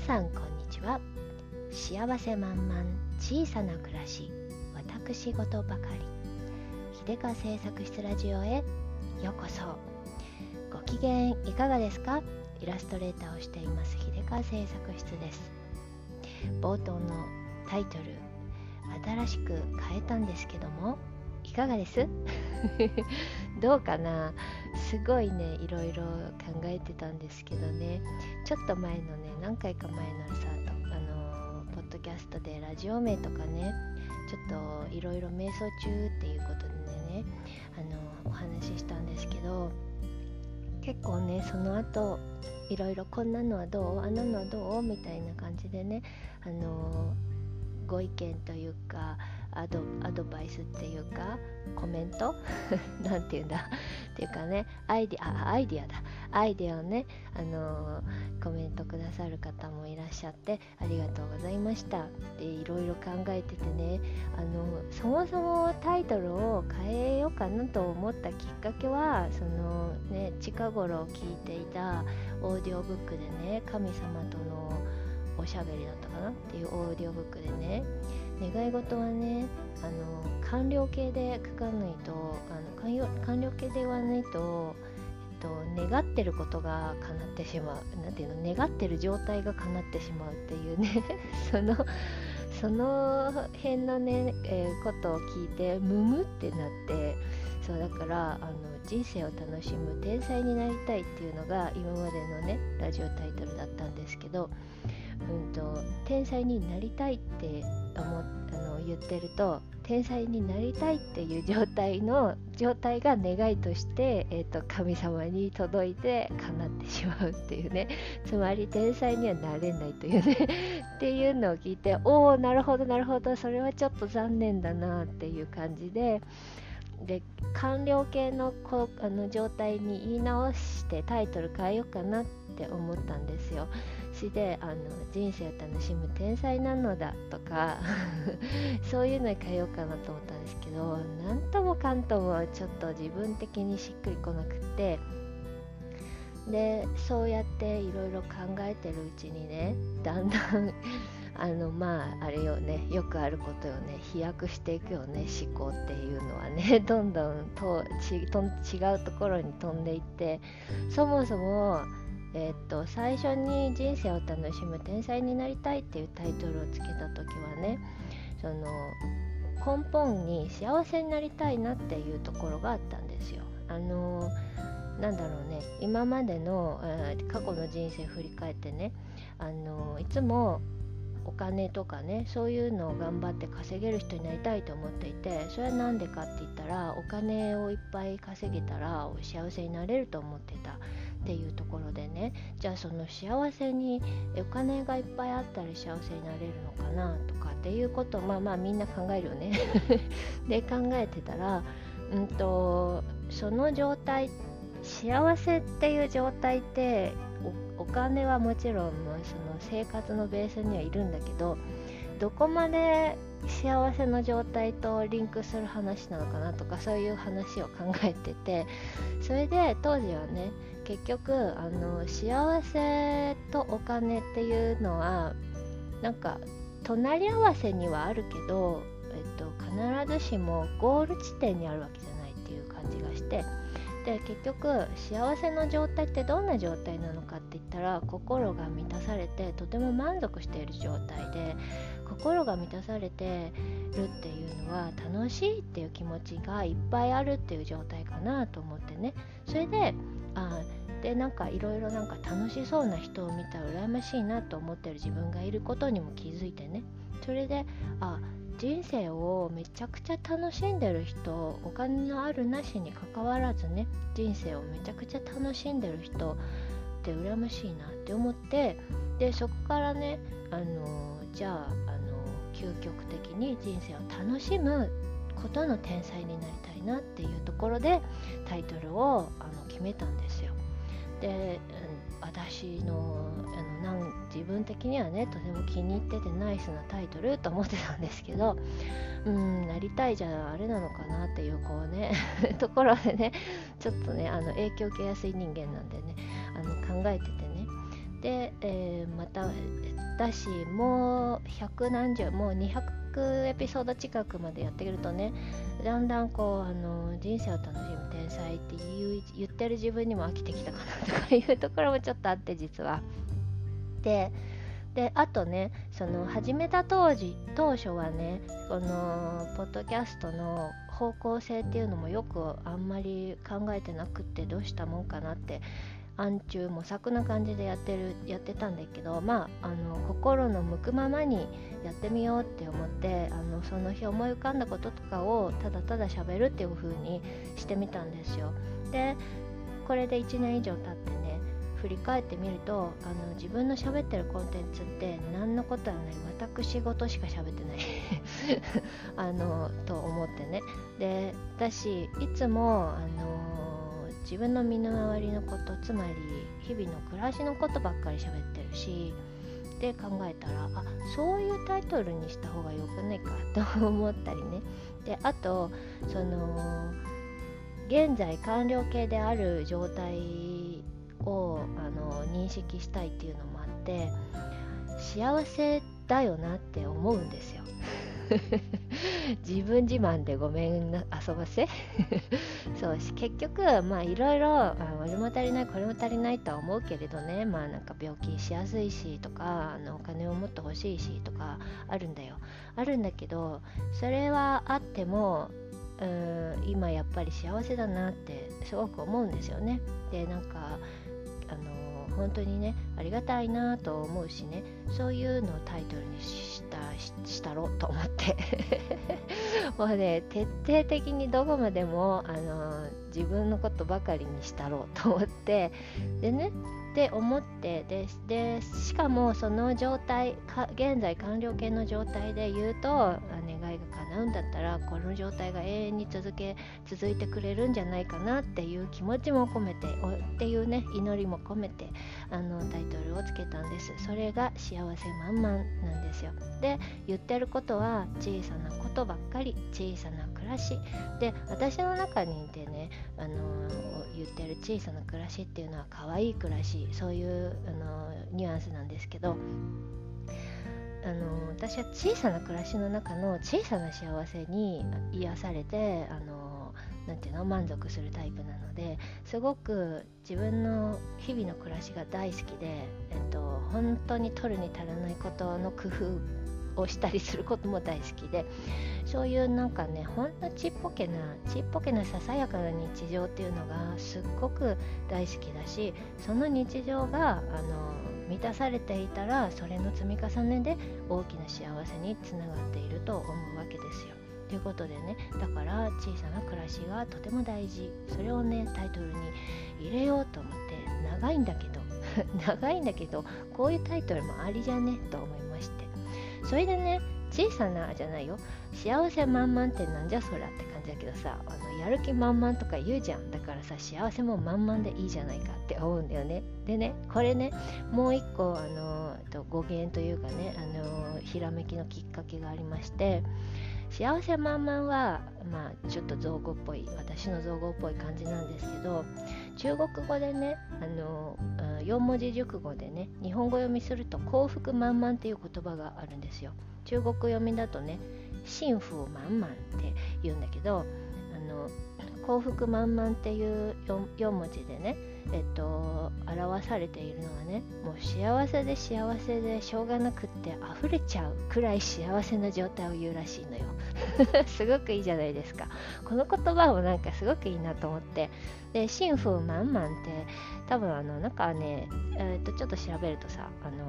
さんこんにちは。幸せ満々小さな暮らし、私事ばかり。秀川製作室ラジオへようこそ。ご機嫌いかがですか？イラストレーターをしています秀川製作室です。冒頭のタイトル新しく変えたんですけども、いかがですどうかな。すごいね、いろいろ考えてたんですけどね、ちょっと前のね、何回か前のさ、ポッドキャストでラジオ名とかね、ちょっといろいろ瞑想中っていうことでね、お話ししたんですけど、結構ね、その後いろいろこんなのはどう、あんなのはどうみたいな感じでね、ご意見というかアドバイスっていうかコメントなんていうんだっていうかね、アイデアをね、コメントくださる方もいらっしゃってありがとうございました。で、いろいろ考えててね、そもそもタイトルを変えようかなと思ったきっかけは、そのね、近頃聞いていたオーディオブックでね、神様とのおしゃべりだったかなっていうオーディオブックでね、願い事はね、完了形で書かないと、完了形で言わないと、願ってることが叶ってしまう、なんていうの、願ってる状態が叶ってしまうっていうねその辺のね、ことを聞いてムムってなって、そうだから人生を楽しむ天才になりたいっていうのが今までのねラジオタイトルだったんですけど、天才になりたいって言ってると、天才になりたいっていう状態が願いとして、神様に届いて叶ってしまうっていうね、つまり天才にはなれないというねっていうのを聞いて、おー、なるほど、それはちょっと残念だなっていう感じで、完了形の状態に言い直してタイトル変えようかなって思ったんですよ。で、人生を楽しむ天才なのだとかそういうのに変えようかなと思ったんですけど、なんともかんともちょっと自分的にしっくりこなくって、でそうやっていろいろ考えてるうちにね、だんだんあれよね、よくあることよね、飛躍していくよね、思考っていうのはねどんどん違うところに飛んでいって、そもそも最初に人生を楽しむ天才になりたいっていうタイトルをつけた時はね、その根本に幸せになりたいなっていうところがあったんですよ。なんだろうね、今までの、過去の人生振り返ってね、いつもお金とかね、そういうのを頑張って稼げる人になりたいと思っていて、それはなんでかって言ったら、お金をいっぱい稼げたら幸せになれると思ってたっていうところでね、じゃあその幸せにお金がいっぱいあったら幸せになれるのかなとかっていうことをみんな考えるよねで考えてたら、その状態、幸せっていう状態ってお金はもちろんその生活のベースにはいるんだけど、どこまで幸せの状態とリンクする話なのかなとか、そういう話を考えてて、それで当時はね、結局幸せとお金っていうのはなんか隣り合わせにはあるけど、必ずしもゴール地点にあるわけじゃないっていう感じがして、で結局幸せの状態ってどんな状態なのかって言ったら、心が満たされてとても満足している状態で、心が満たされてるっていうのは楽しいっていう気持ちがいっぱいあるっていう状態かなと思ってね。それでなんかいろいろなんか楽しそうな人を見たら羨ましいなと思ってる自分がいることにも気づいてね、それで人生をめちゃくちゃ楽しんでる人、お金のあるなしに関わらずね、人生をめちゃくちゃ楽しんでる人って羨ましいなって思って、でそこからね、じゃあ究極的に人生を楽しむことの天才になりたいなっていうところでタイトルを決めたんですよ。で、私の自分的にはね、とても気に入っててナイスなタイトルと思ってたんですけど、なりたいじゃあれなのかなっていうところでね、ちょっとね影響受けやすい人間なんでね、考えててね、 で、まただし、もう百何十、もう200エピソード近くまでやってくるとね、だんだんこう人生を楽しむ天才って言ってる自分にも飽きてきたかなとかいうところもちょっとあって、実は。であとね、その始めた当初はね、このポッドキャストの方向性っていうのもよくあんまり考えてなくって、どうしたもんかなって暗中模索な感じでやってたんだけど、心の向くままにやってみようって思って、その日思い浮かんだこととかをただただ喋るっていう風にしてみたんですよ。でこれで1年以上経ってね、振り返ってみると、自分の喋ってるコンテンツって何のことはない、私事しか喋ってないと思ってね。で私いつも自分の身の回りのこと、つまり日々の暮らしのことばっかり喋ってるし、で考えたら、そういうタイトルにした方がよくないかと思ったりね。であと現在完了形である状態を認識したいっていうのもあって、幸せだよなって思うんですよ自分自慢でごめんな遊ばせそうし、結局いろいろあれも足りないこれも足りないとは思うけれどね、なんか病気しやすいしとか、お金をもっと欲しいしとかあるんだけど、それはあっても今やっぱり幸せだなってすごく思うんですよね。でなんか本当にね、ありがたいなと思うしね、そういうのをタイトルにしたろうと思ってもうね、徹底的にどこまでも自分のことばかりにしたろうと思って、でね、って思って、でしかもその状態現在完了形の状態で言うと、願いが叶うんだったらこの状態が永遠に続いてくれるんじゃないかなっていう気持ちも込めてっていうね、祈りも込めてタイトルをつけたんです。それが幸せ満々なんですよ。で言ってることは小さなことばっかり、小さな暮らしで、私の中にいてね、言ってる小さな暮らしっていうのは可愛い暮らし、そういうニュアンスなんですけど、私は小さな暮らしの中の小さな幸せに癒されてなんていうの、満足するタイプなので、すごく自分の日々の暮らしが大好きで、本当に取るに足らないことの工夫をしたりすることも大好きで、そういうなんかね、ほんとちっぽけなささやかな日常っていうのがすっごく大好きだし、その日常が満たされていたら、それの積み重ねで大きな幸せにつながっていると思うわけですよ。ということでね、だから小さな暮らしがとても大事、それをねタイトルに入れようと思って、長いんだけどこういうタイトルもありじゃねと思いまして、それでね、小さなじゃないよ、幸せ満々ってなんじゃそりゃって感じだけどさ、やる気満々とか言うじゃん。だからさ、幸せも満々でいいじゃないかって思うんだよね。でね、これね、もう一個語源というかね、ひらめきのきっかけがありまして、幸せ満々はちょっと私の造語っぽい感じなんですけど、中国語でね、4文字熟語でね、日本語読みすると幸福満々っていう言葉があるんですよ。中国読みだとね、幸福満々って言うんだけど、幸福満々っていう4文字でね、表されているのはね、もう幸せでしょうがなくって溢れちゃうくらい幸せな状態を言うらしいのよすごくいいじゃないですか。この言葉もなんかすごくいいなと思って、で幸福満々って多分なんかね、ちょっと調べるとさ、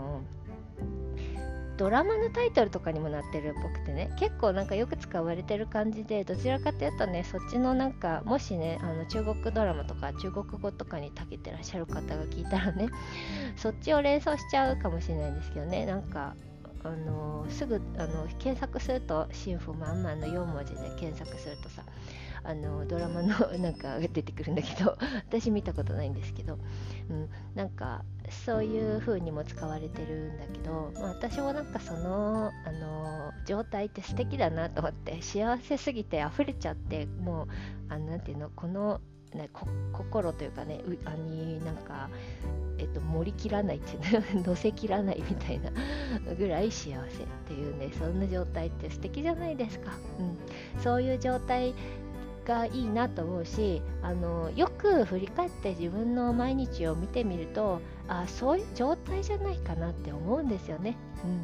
ドラマのタイトルとかにもなってるっぽくてね、結構なんかよく使われてる感じで、どちらかというとね、そっちのなんか、もしね中国ドラマとか中国語とかに長けてらっしゃる方が聞いたらね、そっちを連想しちゃうかもしれないんですけどね、なんかすぐ検索すると幸福満々の4文字で検索するとさ、ドラマのなんか出てくるんだけど私見たことないんですけど、なんかそういう風にも使われてるんだけど、私もなんかその状態って素敵だなと思って、幸せすぎて溢れちゃって、もうなんていうの、この心というかね、なんか盛りきらないっていうの乗せきらないみたいなぐらい幸せっていうね、そんな状態って素敵じゃないですか。そういう状態がいいなと思うし、よく振り返って自分の毎日を見てみると、そういう状態じゃないかなって思うんですよね。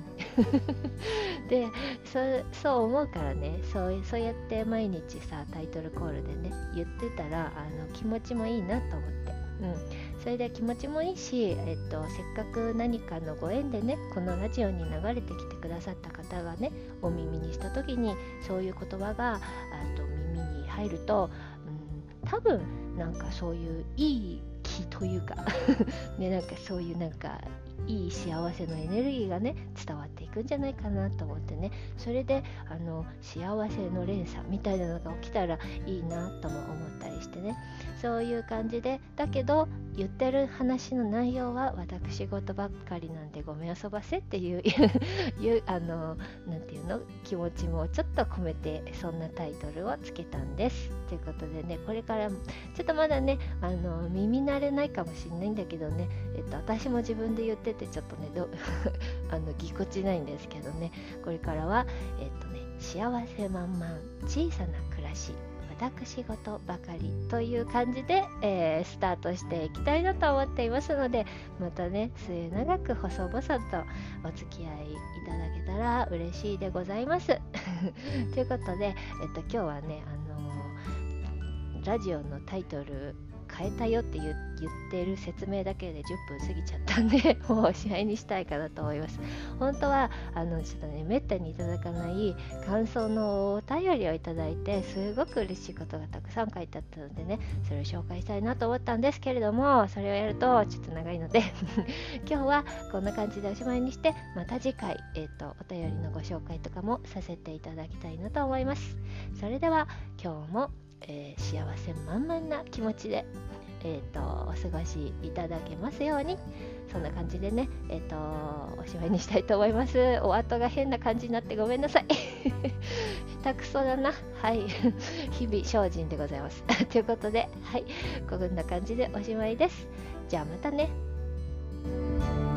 でそう思うからね、そうやって毎日さタイトルコールでね言ってたら気持ちもいいなと思って、それで気持ちもいいし、せっかく何かのご縁でねこのラジオに流れてきてくださった方がねお耳にした時にそういう言葉が耳に入ると、多分なんかそういういい気というかね、なんかそういうなんかいい幸せのエネルギーがね伝わっていくんじゃないかなと思ってね、それで幸せの連鎖みたいなのが起きたらいいなとも思ったりしてね、そういう感じで、だけど言ってる話の内容は私事ばっかりなんでごめんあそばせっていうなんていうの、気持ちもちょっと込めてそんなタイトルをつけたんですということでね、これからちょっとまだね耳慣れないかもしれないんだけどね、私も自分で言っててちょっとねぎこちないんですけどね、これからは幸せ満々小さな暮らし私事ばかりという感じで、スタートしていきたいなと思っていますので、またね末永く細々とお付き合いいただけたら嬉しいでございますということで、今日はねラジオのタイトル変えたよって言ってる説明だけで10分過ぎちゃったんでもうおしまいにしたいかなと思います。本当はちょっとねめったにいただかない感想のお便りをいただいてすごく嬉しいことがたくさん書いてあったのでね、それを紹介したいなと思ったんですけれども、それをやるとちょっと長いので今日はこんな感じでおしまいにして、また次回、お便りのご紹介とかもさせていただきたいなと思います。それでは今日も幸せ満々な気持ちで、お過ごしいただけますように、そんな感じでね、おしまいにしたいと思います。お後が変な感じになってごめんなさい下手くそだな。はい日々精進でございますということで、はい、こんな感じでおしまいです。じゃあまたね。